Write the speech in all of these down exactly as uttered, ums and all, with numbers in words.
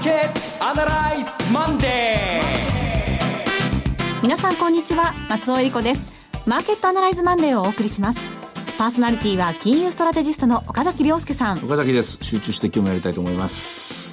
ーケットアナライズマンデー。 皆さんこんにちは、松尾恵理子です。マーケットアナライズマンデーをお送りします。パーソナリティは金融ストラテジストの岡崎亮介さん。 岡崎です。集中して今日もやりたいと思います。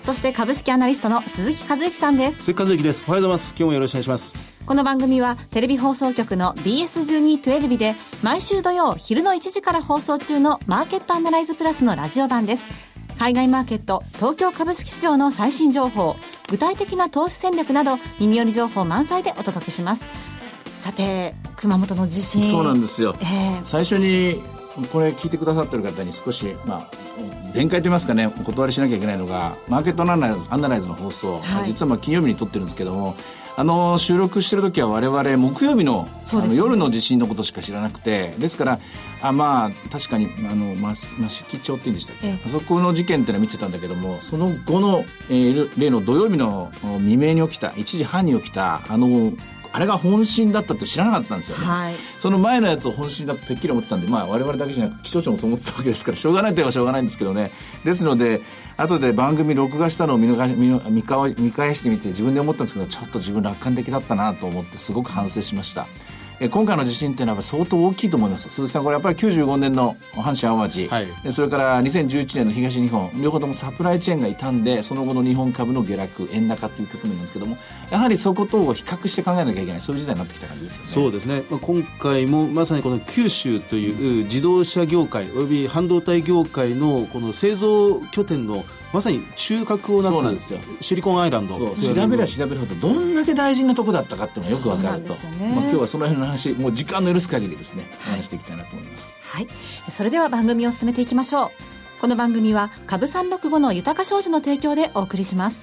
そして株式アナリストの鈴木和之さんです。 鈴木和之です。おはようございます。今日もよろしくお願いします。 この番組はテレビ放送局の ビーエスじゅうにじゅうに で毎週土曜昼のいちじから放送中のマーケットアナライズプラスのラジオ版です。海外マーケット、東京株式市場の最新情報、具体的な投資戦略など耳寄り情報満載でお届けします。さて、熊本の地震。 そうなんですよ、 えー、 最初にこれ聞いてくださってる方に少し、まあ、弁解といいますかね、お断りしなきゃいけないのが、マーケットアナライズの放送、はい、実はまあ金曜日に撮ってるんですけども、あの収録してる時は我々木曜日 の, あの夜の地震のことしか知らなくて、ですからあまあ確かにあの益城町って言うんでしたっけ、あそこの事件っていうのは見てたんだけども、その後の、えー、例の土曜日の未明に起きたいちじはんに起きたあのあれが本震だったって知らなかったんですよね、はい、その前のやつを本震だとてっきり思ってたんで、まあ、我々だけじゃなく気象庁もそう思ってたわけですから、しょうがないといえばしょうがないんですけどね。ですので後で番組録画したのを 見, 見, 見, 返見返してみて自分で思ったんですけど、ちょっと自分楽観的だったなと思ってすごく反省しました。え今回の地震っていうのは相当大きいと思います。鈴木さん、これやっぱりきゅうじゅうごねんの阪神・淡路、はい、それからにせんじゅういちねんの東日本、両方ともサプライチェーンが傷んで、その後の日本株の下落、円高という局面なんですけども、やはりそことを比較して考えなきゃいけない、そういう時代になってきた感じですよね。 そうですね、今回もまさにこの九州という自動車業界および半導体業界のこの製造拠点のまさに中核をなすシリコンアイランド、 調べれば調べるほどどんだけ大事なとこだったかっていうのがよく分かると、ね、まあ、今日はその辺の話、もう時間の許す限りですね、はい、話していきたいなと思います。 はい、それでは番組を進めていきましょう。この番組は株さんろくごの豊か商事の提供でお送りします。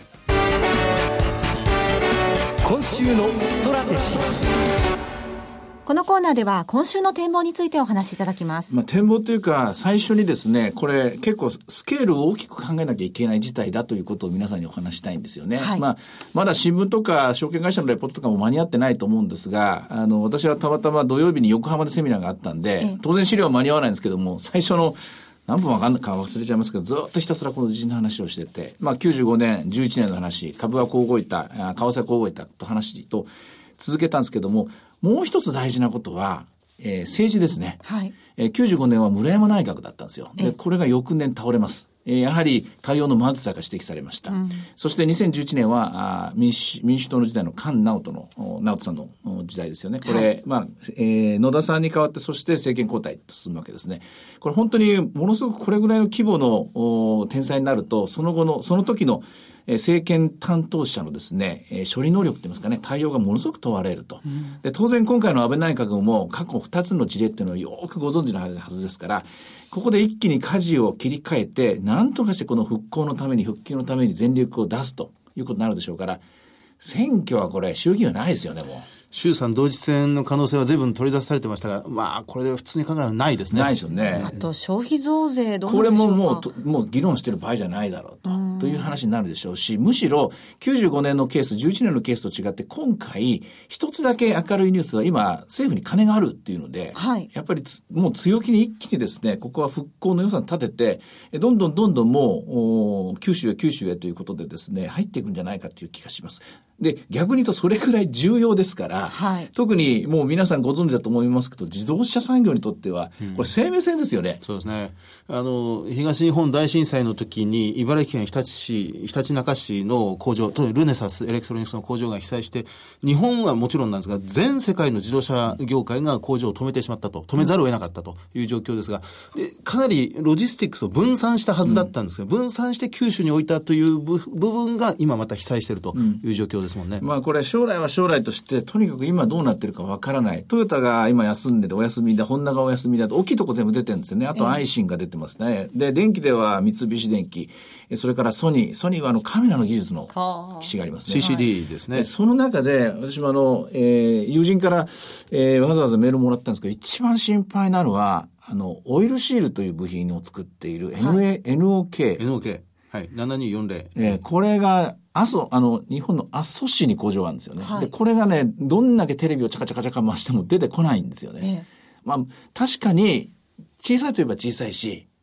今週のストラテジー。 このコーナーでは今週の展望についてお話しいただきます。 まあ、展望というか、最初にですね、これ結構スケールを大きく考えなきゃいけない事態だということを皆さんにお話したいんですよね、はい。まあ、まだ新聞とか証券会社のレポートとかも間に合ってないと思うんですが、あの私はたまたま土曜日に横浜でセミナーがあったんで、当然資料は間に合わないんですけども、最初の何分わかんないか忘れちゃいますけど、ずっとひたすらこの地震の話をしてて、まあ、きゅうじゅうごねんじゅういちねんの話、株はこう動いた、為替はこう動いたと話と続けたんですけども、もう一つ大事なことは、えー、政治ですね、はい。えー、きゅうじゅうごねんは村山内閣だったんですよ。でこれが翌年倒れます。えー、やはり対応のまずさが指摘されました、うん、そしてにせんじゅういちねんはあ 民, 主民主党の時代の菅直人の直人さんの時代ですよね。これ、はい、まあえー、野田さんに代わって、そして政権交代と進むわけですね。これ本当にものすごくこれぐらいの規模の天災になると、その後のその時の政権担当者のですね、えー、処理能力って言いますかね、対応がものすごく問われると、うん、で当然今回の安倍内閣も過去ふたつの事例っていうのをよくご存知のはずですから、ここで一気に舵を切り替えて、何とかしてこの復興のために、復旧のために全力を出すということになるでしょうから、選挙はこれ衆議院はないですよね。もう衆参同日選の可能性は随分取り出されてましたが、まあこれで普通に考えればないですね。 ないでしょうね。 あと消費増税どうなんでしょうか。 これももうもう議論してる場合じゃないだろうと、うという話になるでしょうし、むしろきゅうじゅうごねんのケース、じゅういちねんのケースと違って、今回一つだけ明るいニュースは、今政府に金があるっていうので、はい、やっぱりもう強気に一気にですね、ここは復興の予算立てて、どんどんどんどんもう九州へ九州へということでですね、入っていくんじゃないかという気がします。で逆に言うとそれくらい重要ですから、はい、特にもう皆さんご存知だと思いますけど、自動車産業にとってはこれ生命線ですよね、うん、 そうですね。あの東日本大震災の時に茨城県日立市ひたちなか市の工場、特にルネサスエレクトロニクスの工場が被災して、日本はもちろんなんですが全世界の自動車業界が工場を止めてしまったと、止めざるを得なかったという状況ですが、でかなりロジスティックスを分散したはずだったんですが、うん、分散して九州に置いたという部分が今また被災しているという状況ですですもんね。 まあこれ将来は将来として、とにかく今どうなってるかわからない。トヨタが今休んでてお休みだ、ホンダがお休みだと、大きいとこ全部出てるんですよね。あとアイシンが出てますね。で電気では三菱電機、それからソニーソニーはあのカメラの技術の機種がありますね。 シーシーディー ですね。 その中で私もあの、えー、友人から、えー、わざわざメールもらったんですけど、一番心配なのはあのオイルシールという部品を作っている エヌエー、エヌオーケー、 エヌオーケー、はい、ななにーよんぜろ、 えー、これが阿蘇、あの日本の阿蘇市に工場があるんですよね、はい、でこれがね、どんだけテレビをチャカチャカチャカ回しても出てこないんですよね、えー、まあ確かに小さいといえば小さいし、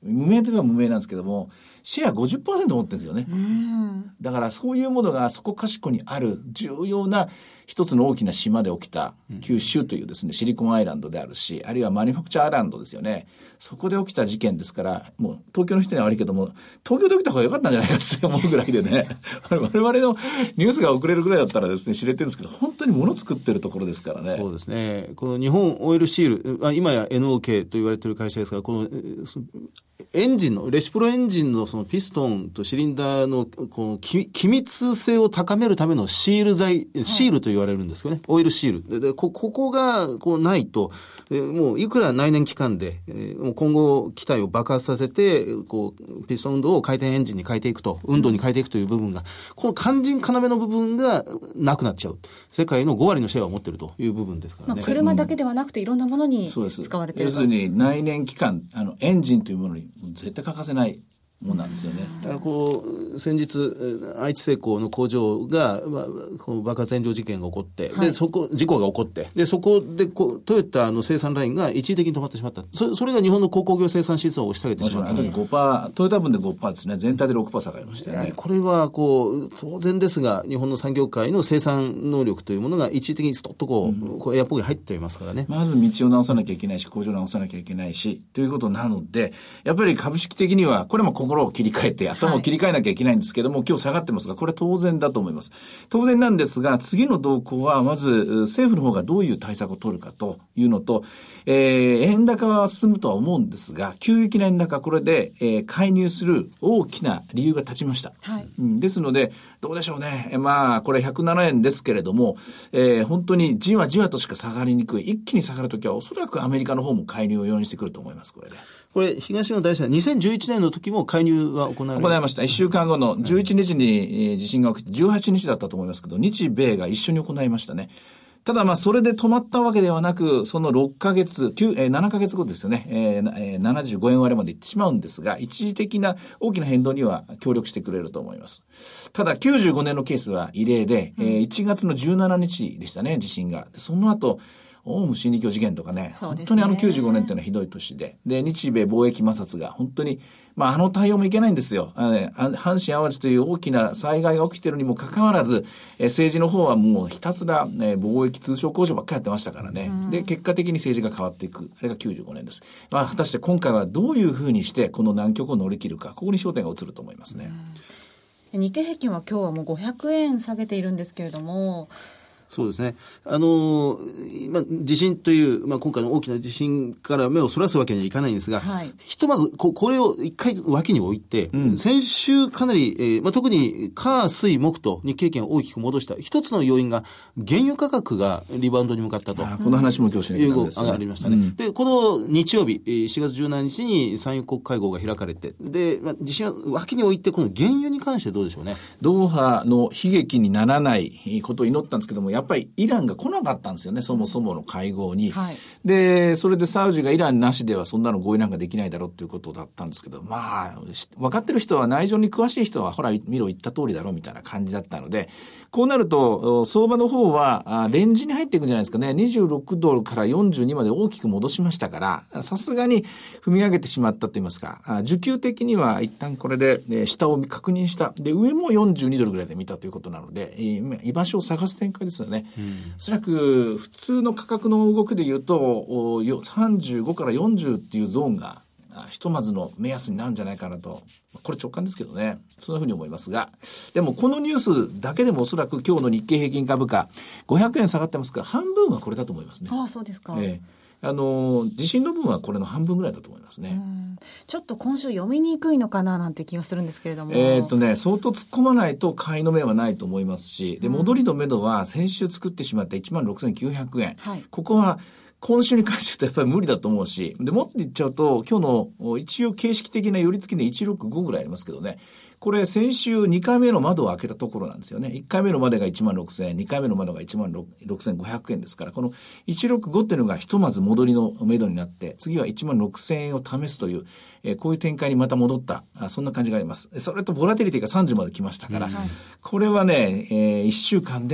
無名といえば無名なんですけども、シェア ごじゅっパーセント 持ってるんですよね。だからそういうものがそこかしこにある重要な一つの大きな島で起きた九州というですね、シリコンアイランドであるし、あるいはマニュファクチャーアイランドですよね。そこで起きた事件ですから、もう東京の人には悪いけども、東京で起きた方が良かったんじゃないかって思うぐらいでね、我々のニュースが遅れるぐらいだったらですね、知れてるんですけど、本当に物作ってるところですからね。 そうですね。この日本オイルシール、今や エヌオーケー と言われている会社ですが、このエンジンの、レシプロエンジンのそのピストンとシリンダーのこの機密性を高めるためのシール剤、シールと言われるんですよね。オイルシール。で、でこ、ここがこうないと、えー、もういくら内燃機関で、えー、もう今後機体を爆発させて、こう、ピストン運動を回転エンジンに変えていくと、運動に変えていくという部分が、この肝心要の部分がなくなっちゃう。世界のご割のシェアを持っているという部分ですからね。 まあ、車だけではなくていろんなものに使われている。 要するに内燃機関、あの、エンジンというものに絶対欠かせないものなんですよね。 だからこう先日愛知製鋼の工場が、まあ、この爆発炎上事件が起こって、はい、でそこ事故が起こってでそこでこうトヨタの生産ラインが一時的に止まってしまった。それ、それが日本の鉱工業生産指数を押し下げてしまった。 あの時 ごパーセント トヨタ分で ごパーセント ですね。全体で ろくパーセント 下がりましたよね。 これはこう当然ですが日本の産業界の生産能力というものが一時的にストッとこう、うん、こうエアポケに入っていますからね。 まず道を直さなきゃいけないし工場を直さなきゃいけないしということなので、やっぱり株式的にはこれも心を切り替えて頭を切り替えなきゃいけないんですけども、はい、今日下がってますが、これは当然だと思います。当然なんですが、次の動向はまず政府の方がどういう対策を取るかというのと、えー、円高は進むとは思うんですが、急激な円高、これで、えー、介入する大きな理由が立ちました。はい、うん、ですので、どうでしょうね。まあ、これひゃくななえんですけれども、えー、本当にじわじわとしか下がりにくい。一気に下がるときはおそらくアメリカの方も介入を容認してくると思います、これで。 これ、東日本大震災、にせんじゅういちねんの時も介入は行われ行いました。いっしゅうかんごのじゅういちにちに地震が起きて、じゅうはちにちだったと思いますけど、日米が一緒に行いましたね。ただまあそれで止まったわけではなく、そのろっかげつ、きゅう、えー、ななかげつごですよね、えー、ななじゅうごえん割れまで行ってしまうんですが、一時的な大きな変動には協力してくれると思います。ただきゅうじゅうごねんのケースは異例で、うん、えー、いちがつのじゅうしちにちでしたね、地震が。その後、オウム真理教事件とか ね, ね本当にあのきゅうじゅうごねんっていうのはひどい年で、で、日米貿易摩擦が本当に、まああの対応もいけないんですよ。あの、ね、阪神淡路という大きな災害が起きているにもかかわらず、え政治の方はもうひたすら、ね、貿易通商交渉ばっかりやってましたからね。で、結果的に政治が変わっていく。あれがきゅうじゅうごねんです。まあ果たして今回はどういうふうにしてこの難局を乗り切るか、ここに焦点が移ると思いますね。 日経平均は今日はもうごひゃくえん下げているんですけれども、 そうですね。あのー、まあ、地震という、まあ、今回の大きな地震から目をそらすわけにはいかないんですが、はい、ひとまずこ、これを一回脇に置いて、うん、先週かなり、えーまあ、特に火、水、木と日経平均を大きく戻した一つの要因が、原油価格がリバウンドに向かったと。 この話も今日しなきゃいけないですね。 ありましたね。うん、で、この日曜日、しがつじゅうしちにちに産油国会合が開かれて、で、まあ、地震は脇に置いて、この原油に関してどうでしょうね。 ドーハの悲劇にならないことを祈ったんですけども、やっぱりイランが来なかったんですよね、そもそもの会合に。はい、で、それでサウジがイランなしではそんなの合意なんかできないだろうということだったんですけど、まあ、分かってる人は、内情に詳しい人は、ほら、見ろ、言った通りだろうみたいな感じだったので、こうなると、相場の方は、レンジに入っていくんじゃないですかね。にじゅうろくドルからよんじゅうにまで大きく戻しましたから、さすがに踏み上げてしまったと言いますか、需給的には一旦これで下を確認した。で、上もよんじゅうにドルぐらいで見たということなので、居場所を探す展開ですよね。うん、おそらく、普通の価格の動きで言うと、さんじゅうごからよんじゅうっていうゾーンが、ひとまずの目安になるんじゃないかなと。これ直感ですけどね。そんなふうに思いますが。でもこのニュースだけでもおそらく今日の日経平均株価ごひゃくえん下がってますから、半分はこれだと思いますね。 ああ、そうですか。 えー、あの、地震の分はこれの半分ぐらいだと思いますね。 うんちょっと今週読みにくいのかななんて気がするんですけれども。 えーっとね、相当突っ込まないと買いの目はないと思いますし、で、戻りの目処は先週作ってしまったいちまんろくせんきゅうひゃくえん。はい、ここは、今週に関してはやっぱり無理だと思うし、で、もっと言っちゃうと、今日の一応形式的な寄り付きでいちろくごぐらいありますけどね、これ先週にかいめの窓を開けたところなんですよね。いっかいめの窓がいちまんろくせんえん、にかいめの窓がいちまんろくせんごひゃくえんですから、このいちろくごっていうのがひとまず戻りの目処になって、次はいちまんろくせんえんを試すという、えー、こういう展開にまた戻った、あ、そんな感じがあります。それとボラティリティがさんじゅうまで来ましたから、うん、これはね、えー、いっしゅうかんでは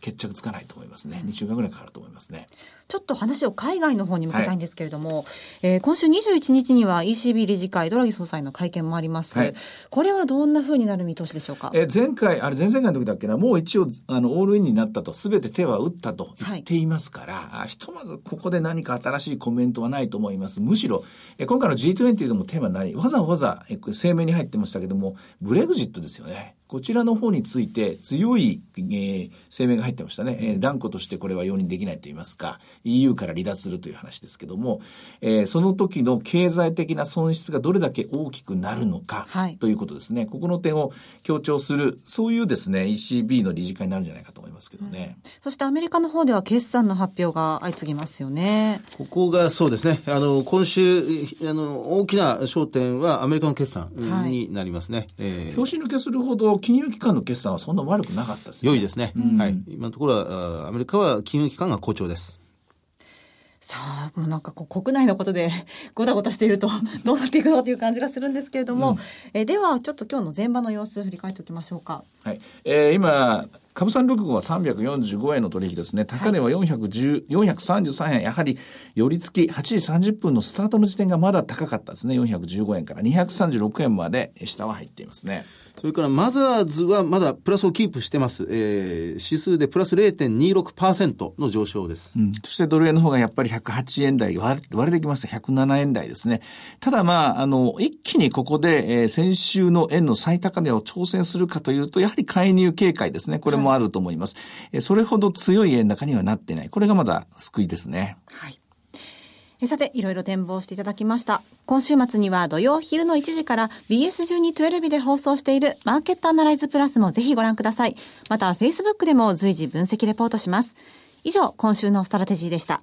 決着つかないと思いますね。にしゅうかんぐらいかかると思いますね。 ちょっと話を海外の方に向けたいんですけれども、はい、えー、今週にじゅういちにちには イーシービー 理事会ドラギ総裁の会見もあります、はい、これはどんな風になる見通しでしょうか。 えー、前回あれ前々回の時だっけな、もう一応あのオールインになったと、全て手は打ったと言っていますから、はい、ひとまずここで何か新しいコメントはないと思います。むしろえー、今回の ジートゥエンティー でもテーマになり、わざわざえー、声明に入ってましたけども、ブレグジットですよね。こちらの方について強い、えー、声明が入ってましたね。えー、断固としてこれは容認できないと言いますか、 イーユー から離脱するという話ですけども、えー、その時の経済的な損失がどれだけ大きくなるのか、はい、ということですね。ここの点を強調する、そういうですね イーシービー の理事会になるんじゃないかと思いますけどね、 うん、そしてアメリカの方では決算の発表が相次ぎますよね。 ここがそうですね、あの今週あの大きな焦点はアメリカの決算になりますね、はい、 えー、拍子抜けするほど金融機関の決算はそんな悪くなかったですね。 良いですね、うん、はい、今のところはアメリカは金融機関が好調です。 さあ、もうなんかこう国内のことでごたごたしているとどうなっていくのという感じがするんですけれども、うん、えではちょっと今日の前場の様子を振り返っておきましょうか。 はい、えー、今株さんろくごはさんびゃくよんじゅうごえんの取引ですね。高値はよんひゃくじゅう、よんひゃくさんじゅうさんえん。やはり寄り付きはちじさんじゅっぷんのスタートの時点がまだ高かったですね。よんひゃくじゅうごえんからにひゃくさんじゅうろくえんまで下は入っていますね。 それからマザーズはまだプラスをキープしてます。えー、指数でプラス れいてんにろくパーセント の上昇です、 うん、そしてドル円の方がやっぱりひゃくはちえん台割れてきました。ひゃくななえん台ですね。ただまああの一気にここで、えー、先週の円の最高値を挑戦するかというと、やはり介入警戒ですね。これもあると思います、はい、それほど強い円高にはなってない。これがまだ救いですね。 はい。さて、いろいろ展望していただきました。今週末には土曜昼のいちじから ビーエスじゅうにじゅうに で放送しているマーケットアナライズプラスもぜひご覧ください。また Facebook でも随時分析レポートします。以上、今週のストラテジーでした。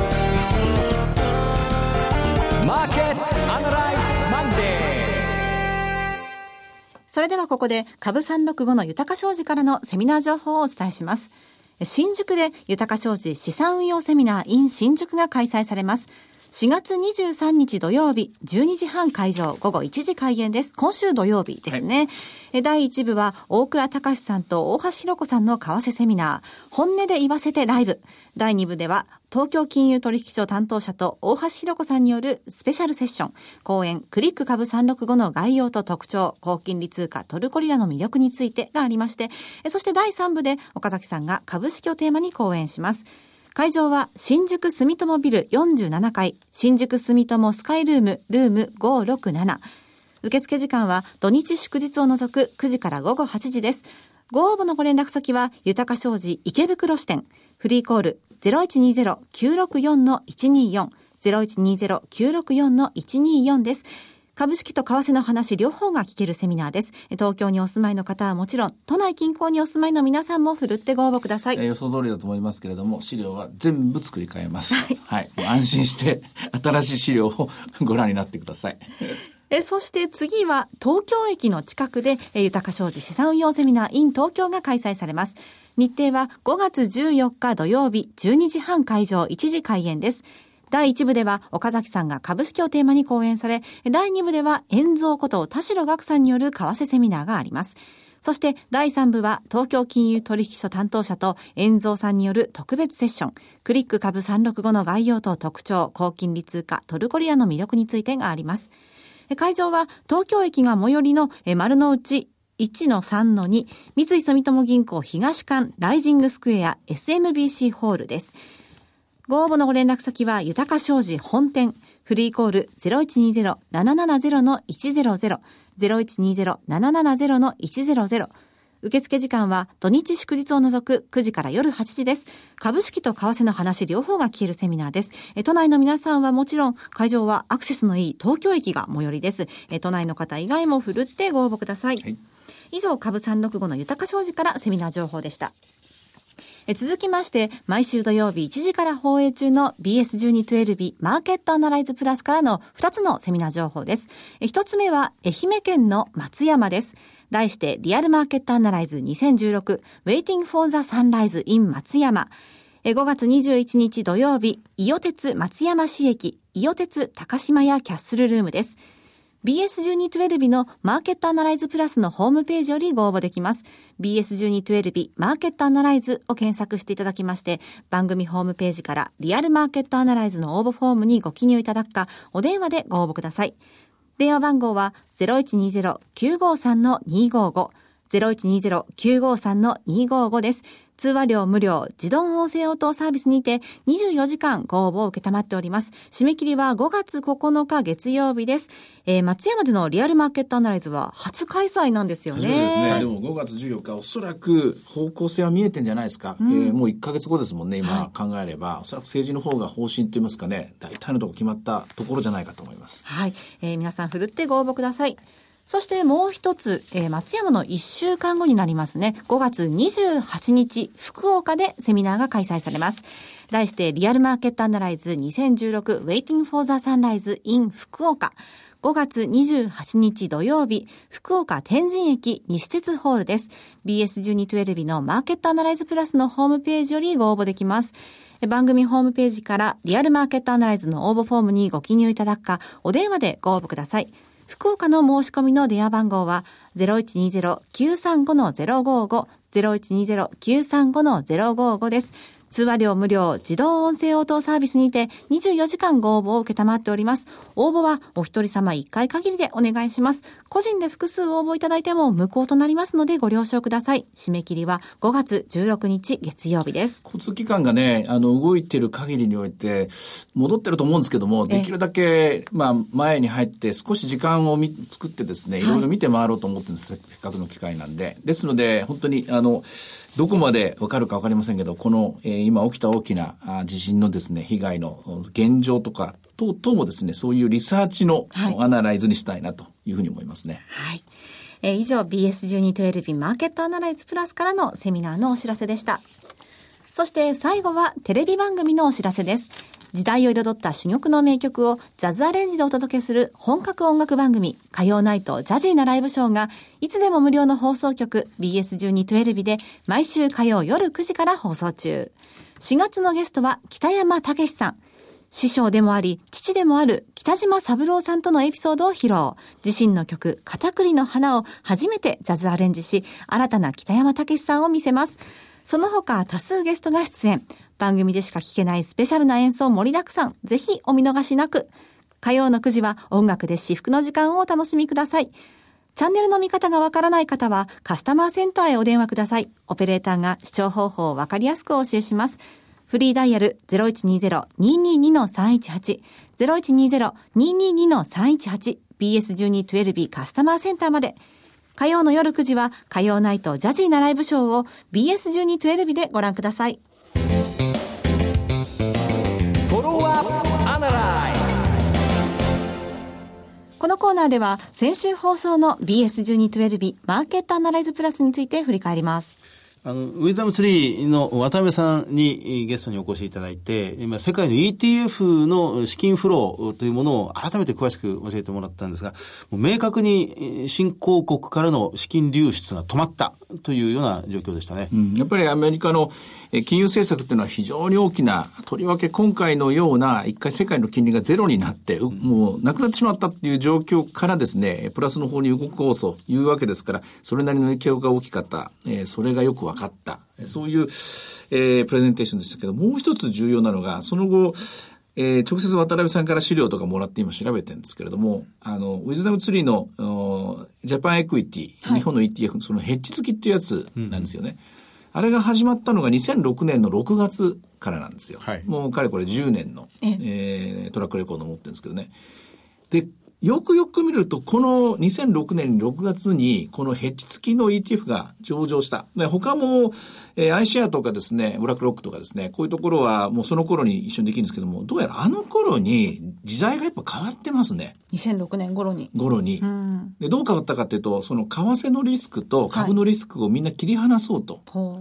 マーケットアナライズマンデー。 それではここで株さんろくごの豊か商事からのセミナー情報をお伝えします。新宿で豊か商事資産運用セミナー in 新宿が開催されます。しがつにじゅうさんにち土曜日じゅうにじはん会場、午後いちじ開演です。今週土曜日ですね、はい、だいいち部は大倉隆さんと大橋ひろ子さんの為替セミナー本音で言わせてライブ。だいに部では東京金融取引所担当者と大橋ひろ子さんによるスペシャルセッション、講演クリック株さんろくごの概要と特徴、高金利通貨トルコリラの魅力についてがありまして、そしてだいさん部で岡崎さんが株式をテーマに講演します。会場は新宿住友ビルよんじゅうななかい、新宿住友スカイルームルームごろくなな。受付時間は土日祝日を除くくじから午後はちじです。ご応募のご連絡先は豊か商事池袋支店、フリーコール ゼロいちにゼロきゅうろくよんのいちにーよん ゼロいちにゼロきゅうろくよんのいちにーよんです。株式と為替の話両方が聞けるセミナーです。東京にお住まいの方はもちろん、都内近郊にお住まいの皆さんもふるってご応募ください。 えー、予想通りだと思いますけれども、資料は全部作り変えます。はい。はい、もう安心して新しい資料をご覧になってください。 えそして次は東京駅の近くでえ豊か商事資産運用セミナー in 東京が開催されます。日程はごがつじゅうよっか土曜日じゅうにじはん会場いちじ開演です。だいいち部では岡崎さんが株式をテーマに講演され、だいに部では円蔵こと田代岳さんによる為替セミナーがあります。そしてだいさん部は東京金融取引所担当者と円蔵さんによる特別セッション、クリック株さんろくごの概要と特徴、高金利通貨トルコリラの魅力についてがあります。会場は東京駅が最寄りの丸の内 いちのさんのに 三井住友銀行東館ライジングスクエア エスエムビーシー ホールです。ご応募のご連絡先は豊か商事本店、フリーコール ゼロいちにゼロななななゼロのいちゼロゼロ ゼロいちにゼロななななゼロのいちゼロゼロ。受付時間は土日祝日を除くくじから夜はちじです。株式と為替の話両方が聞けるセミナーです。え都内の皆さんはもちろん、会場はアクセスのいい東京駅が最寄りです。え都内の方以外もふるってご応募ください。はい、以上、株さんろくごの豊か商事からセミナー情報でした。え続きまして、毎週土曜日いちじから放映中の ビーエスじゅうにじゅうに マーケットアナライズプラスからのふたつのセミナー情報です。えひとつめは愛媛県の松山です。題してリアルマーケットアナライズにせんじゅうろく Waiting for the Sunrise in 松山。えごがつにじゅういちにち土曜日、伊予鉄松山市駅、伊予鉄高島屋キャッスルルームです。 ビーエスじゅうにじゅうに のマーケットアナライズプラスのホームページよりご応募できます。ビーエスじゅうにじゅうに マーケットアナライズを検索していただきまして、番組ホームページからリアルマーケットアナライズの応募フォームにご記入いただくか、お電話でご応募ください。電話番号は ゼロいちにゼロ きゅうごさん にごご ゼロいちにゼロ きゅうごさん にごごです。通話料無料自動音声応答サービスにてにじゅうよじかんご応募を受けたまっております。締め切りはごがつここのか月曜日です。えー、松山でのリアルマーケットアナライズは初開催なんですよね。 初めてですね。でもごがつじゅうよっかおそらく方向性は見えてんじゃないですか。うん、えー、もういっかげつごですもんね、今考えれば、はい、おそらく政治の方が方針といいますかね、大体のところ決まったところじゃないかと思います。 はい、えー、皆さんふるってご応募ください。そしてもう一つ、えー、松山のいっしゅうかんごになりますね。ごがつにじゅうはちにち、福岡でセミナーが開催されます。題して、リアルマーケットアナライズにせんじゅうろく Waiting for the Sunrise in 福岡。ごがつにじゅうはちにち土曜日、福岡天神駅西鉄ホールです。ビーエスじゅうにじゅうに のマーケットアナライズプラスのホームページよりご応募できます。番組ホームページからリアルマーケットアナライズの応募フォームにご記入いただくか、お電話でご応募ください。福岡の申し込みの電話番号は ゼロいちにゼロ きゅうさんご ゼロごご ゼロいちにゼロ きゅうさんご ゼロごごです。通話料無料自動音声応答サービスにてにじゅうよじかんご応募を受けたまっております。応募はお一人様いっかい限りでお願いします。個人で複数応募いただいても無効となりますのでご了承ください。締め切りはごがつじゅうろくにち月曜日です。 交通機関がね、あの動いてる限りにおいて戻ってると思うんですけども、できるだけまあ前に入って少し時間をみ作ってですね、いろいろ見て回ろうと思ってるんです、はい、せっかくの機会なんで。ですので本当にあのどこまでわかるかわかりませんけど、この、えー、今起きた大きなあ地震のですね、被害の現状とか等々もですね、そういうリサーチのアナライズにしたいなというふうに思いますね。 はい。えー、以上 ビーエスじゅうにじゅうに マーケットアナライズプラスからのセミナーのお知らせでした。そして最後はテレビ番組のお知らせです。時代を彩った珠玉の名曲をジャズアレンジでお届けする本格音楽番組火曜ナイトジャジーなライブショーがいつでも無料の放送局 ビーエスじゅうにじゅうに で毎週火曜夜くじから放送中。しがつのゲストは北山武さん。師匠でもあり父でもある北島三郎さんとのエピソードを披露。自身の曲片栗の花を初めてジャズアレンジし、新たな北山武さんを見せます。その他多数ゲストが出演。番組でしか聴けないスペシャルな演奏盛りだくさん。ぜひお見逃しなく。火曜のくじは音楽で至福の時間をお楽しみください。チャンネルの見方がわからない方はカスタマーセンターへお電話ください。オペレーターが視聴方法をわかりやすくお教えします。フリーダイヤル ゼロいちにゼロ にーにーにー さんいちはち ゼロいちにゼロ にーにーにー さんいちはち ビーエスじゅうにじゅうに カスタマーセンターまで。火曜の夜くじは火曜ナイトジャジーなライブショーを ビーエスじゅうにじゅうに でご覧ください。このコーナーでは先週放送の ビーエスじゅうにじゅうに マーケットアナライズプラスについて振り返ります。 あの、ウィザムツリーの渡辺さんにゲストにお越しいただいて、今世界の イーティーエフ の資金フローというものを改めて詳しく教えてもらったんですが、もう明確に新興国からの資金流出が止まったというような状況でしたね。 うん、やっぱりアメリカの金融政策というのは非常に大きな、とりわけ今回のような一回世界の金利がゼロになって、うん、もうなくなってしまったっていう状況からですね、プラスの方に動こうというわけですから、それなりの影響が大きかった、えー、それがよく分かった。そういう、えー、プレゼンテーションでしたけど、もう一つ重要なのが、その後、えー、直接渡辺さんから資料とかもらって今調べてるんですけれども、あの、ウィズダムツリーのジャパンエクイティ、はい、日本の イーティーエフ、そのヘッジ付きっていうやつなんですよね。うん、あれが始まったのがにせんろくねんのろくがつからなんですよ。はい、もうかれこれじゅうねんの、えー、トラックレコードを持ってるんですけどね。で、よくよく見ると、このにせんろくねんろくがつに、このヘッジ付きの イーティーエフ が上場した。で他も、えー、アイシェアとかですね、ブラックロックとかですね、こういうところはもうその頃に一緒にできるんですけども、どうやらあの頃に時代がやっぱ変わってますね。 にせんろくねん頃に。 頃に。うん、でどう変わったかっていうと、その為替のリスクと株のリスクをみんな切り離そうと。はい、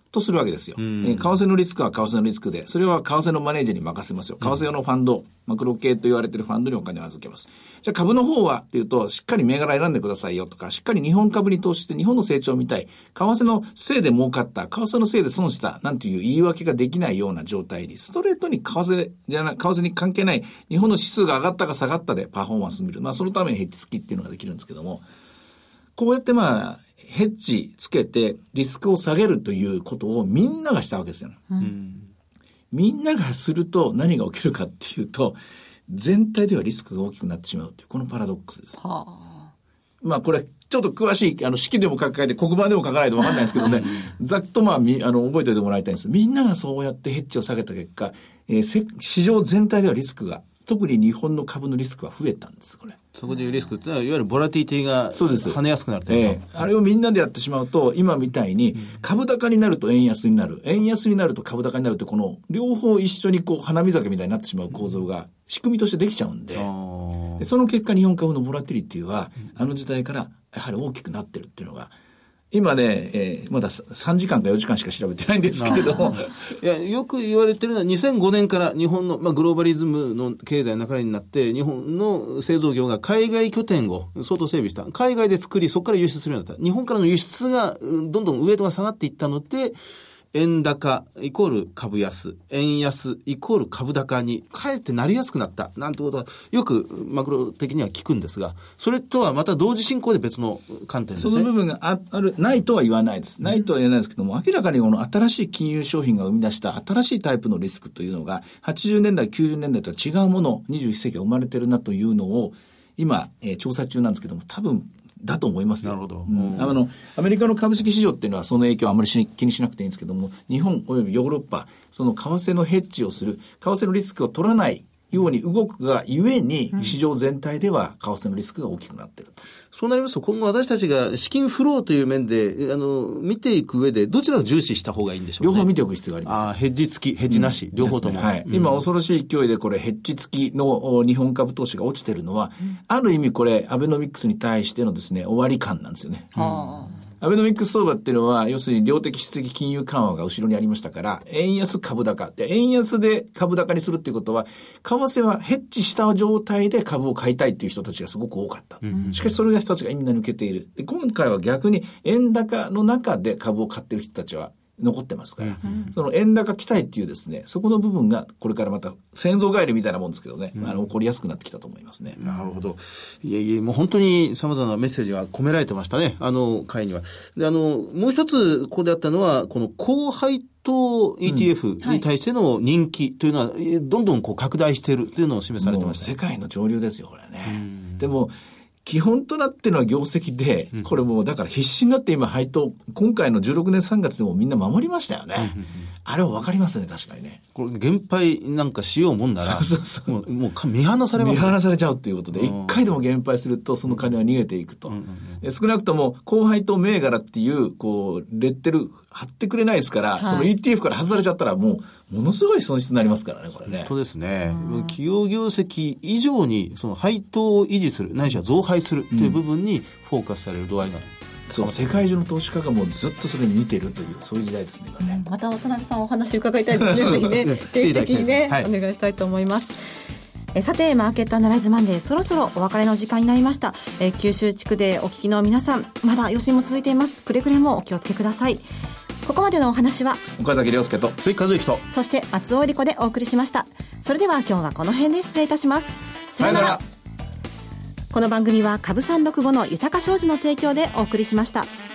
とするわけですよ。えー、為替のリスクは為替のリスクで、それは為替のマネージャーに任せますよ。為替用のファンド、マクロ系と言われているファンドにお金を預けます。じゃあ株の方はっていうと、しっかり銘柄選んでくださいよとか、しっかり日本株に投資して日本の成長を見たい。為替のせいで儲かった、為替のせいで損した、なんていう言い訳ができないような状態に、ストレートに為替じゃな、為替に関係ない日本の指数が上がったか下がったでパフォーマンス見る。まあそのためにヘッジ付きっていうのができるんですけども、こうやってまあ、ヘッジつけてリスクを下げるということをみんながしたわけですよ、うん、みんながすると何が起きるかっていうと、全体ではリスクが大きくなってしまうという、このパラドックスです。はあ、まあこれちょっと詳しい、あの式でも書かれて黒板でも書かないと分かんないんですけどね、ざっとまあ、あの覚えておいてもらいたいんです。みんながそうやってヘッジを下げた結果、えー、市場全体ではリスクが、特に日本の株のリスクは増えたんです。これそこでいうリスクってのは、いわゆるボラティティが跳ねやすくなるという、 えー、あれをみんなでやってしまうと、今みたいに株高になると円安になる、円安になると株高になると、この両方一緒にこう花見酒みたいになってしまう構造が仕組みとしてできちゃうんで、でその結果日本株のボラティリティはあの時代からやはり大きくなってるっていうのが、今ね、えー、まださんじかんかよじかんしか調べてないんですけれどもいや、よく言われてるのはにせんごねんから日本の、まあ、グローバリズムの経済の流れになって日本の製造業が海外拠点を相当整備した、海外で作りそこから輸出するようになった、日本からの輸出がどんどんウエイトが下がっていったので、円高イコール株安、円安イコール株高にかえってなりやすくなったなんてことはよくマクロ的には聞くんですが、それとはまた同時進行で別の観点ですね。 その部分が あ, あるないとは言わないです。ないとは言わないですけども、明らかにこの新しい金融商品が生み出した新しいタイプのリスクというのがはちじゅうねんだいきゅうじゅうねんだいとは違うもの、にじゅういっせいきが生まれてるなというのを今、えー、調査中なんですけども、多分だと思いますよ。 なるほど、 うん、あのアメリカの株式市場っていうのはその影響をあまりし気にしなくていいんですけども、日本およびヨーロッパ、その為替のヘッジをする、為替のリスクを取らないように動くがゆえに、市場全体では為替のリスクが大きくなっていると、うん、 そうなりますと今後私たちが資金フローという面であの見ていく上でどちらを重視した方がいいんでしょうか、ね、 両方見ておく必要があります。 あ、ヘッジ付きヘッジなし、うん、両方とも、 ね、はい、うん、今恐ろしい勢いでこれヘッジ付きの日本株投資が落ちてるのは、うん、ある意味これアベノミクスに対してのですね終わり感なんですよね。うん、アベノミクス相場っていうのは要するに量的質的金融緩和が後ろにありましたから、円安株高で、円安で株高にするっていうことは、為替はヘッジした状態で株を買いたいっていう人たちがすごく多かった。しかしそれが人たちがみんな抜けている。で今回は逆に円高の中で株を買っている人たちは残ってますから、うん、その円高期待っていうですね、そこの部分がこれからまた先祖返りみたいなもんですけどね、うん、あの起こりやすくなってきたと思いますね。 なるほど。いえいえ、もう本当に様々なメッセージが込められてましたね、あの会には。で、あのもう一つここであったのは、この高配当 イーティーエフ に対しての人気というのは、うん、はい、どんどんこう拡大しているというのを示されてました、ね。 もう世界の潮流ですよこれね。うん、でも基本となってのは業績で、これもうだから必死になって今配当、今回のじゅうろくねんさんがつでもみんな守りましたよね。うんうんうん、あれは分かりますね、確かにね。 これ減配なんかしようもんなら、そうそうそう、もう、もう見放されますね。 見放されちゃうっていうことで、一回でも減配するとその金は逃げていくと。うんうんうん、少なくとも高配当銘柄っていう、こう、レッテル貼ってくれないですから、はい、その イーティーエフ から外されちゃったらもう、ものすごい損失になりますからね、これね。 本当ですね。企業業績以上に、その配当を維持する、ないしは増配するという部分にフォーカスされる度合いが、うん、 そう世界中の投資家がもうずっとそれに見てるというそういう時代ですね今ね。 また渡辺さんお話伺いたいですね。ぜひね定期的にね、はい、お願いしたいと思います。えさてマーケットアナライズマンデー、そろそろお別れの時間になりました。え九州地区でお聞きの皆さん、まだ余震も続いています。くれぐれもお気をつけください。ここまでのお話は岡崎亮介と鈴木和之と、 そして松尾恵理子でお送りしました。それでは今日はこの辺で失礼いたします。 さよなら。 この番組は株さんろくごの豊か商事の提供でお送りしました。